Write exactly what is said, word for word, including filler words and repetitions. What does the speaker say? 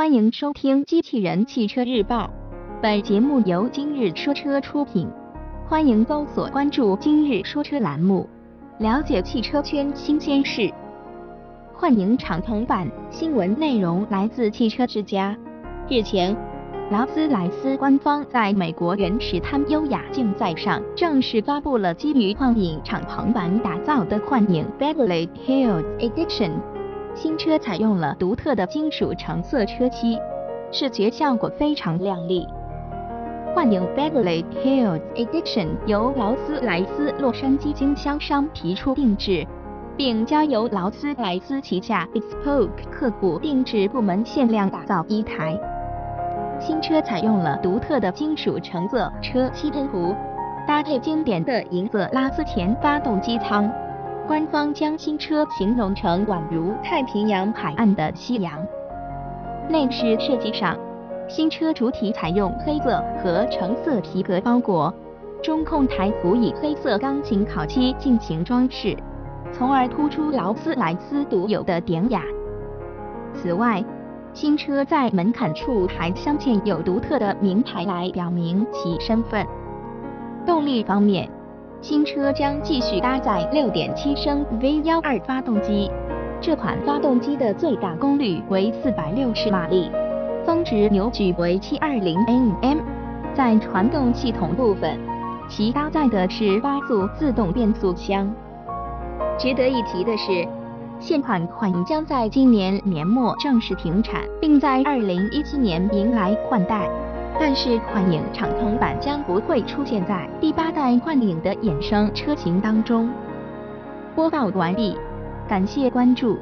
欢迎收听机器人汽车日报，本节目由今日说车出品。欢迎搜索关注今日说车栏目，了解汽车圈新鲜事。幻影敞篷版新闻内容来自汽车之家。日前，劳斯莱斯官方在美国原始滩优雅竞赛上正式发布了基于幻影敞篷版打造的幻影 Beverly Hills Edition。新车采用了独特的金属橙色车漆，视觉效果非常亮丽。幻影 Beverly Hills Edition 由劳斯莱斯洛杉矶经销商提出定制，并交由劳斯莱斯旗下 Bespoke 客户定制部门限量打造一台。新车采用了独特的金属橙色车漆喷涂，搭配经典的银色拉丝前发动机舱。官方将新车形容成宛如太平洋海岸的夕阳。内饰设计上，新车主体采用黑色和橙色皮革包裹，中控台辅以黑色钢琴烤漆进行装饰，从而突出劳斯莱斯独有的典雅。此外，新车在门槛处还镶嵌有独特的名牌来表明其身份。动力方面，新车将继续搭载 六点七 升 V 十二 发动机，这款发动机的最大功率为四百六十马力，峰值扭矩为七百二十牛米。在传动系统部分，其搭载的是八速自动变速箱。值得一提的是，现款幻影将在今年年末正式停产，并在二零一七年迎来换代。但是幻影敞篷版将不会出现在第八代幻影的衍生车型当中。播报完毕，感谢关注。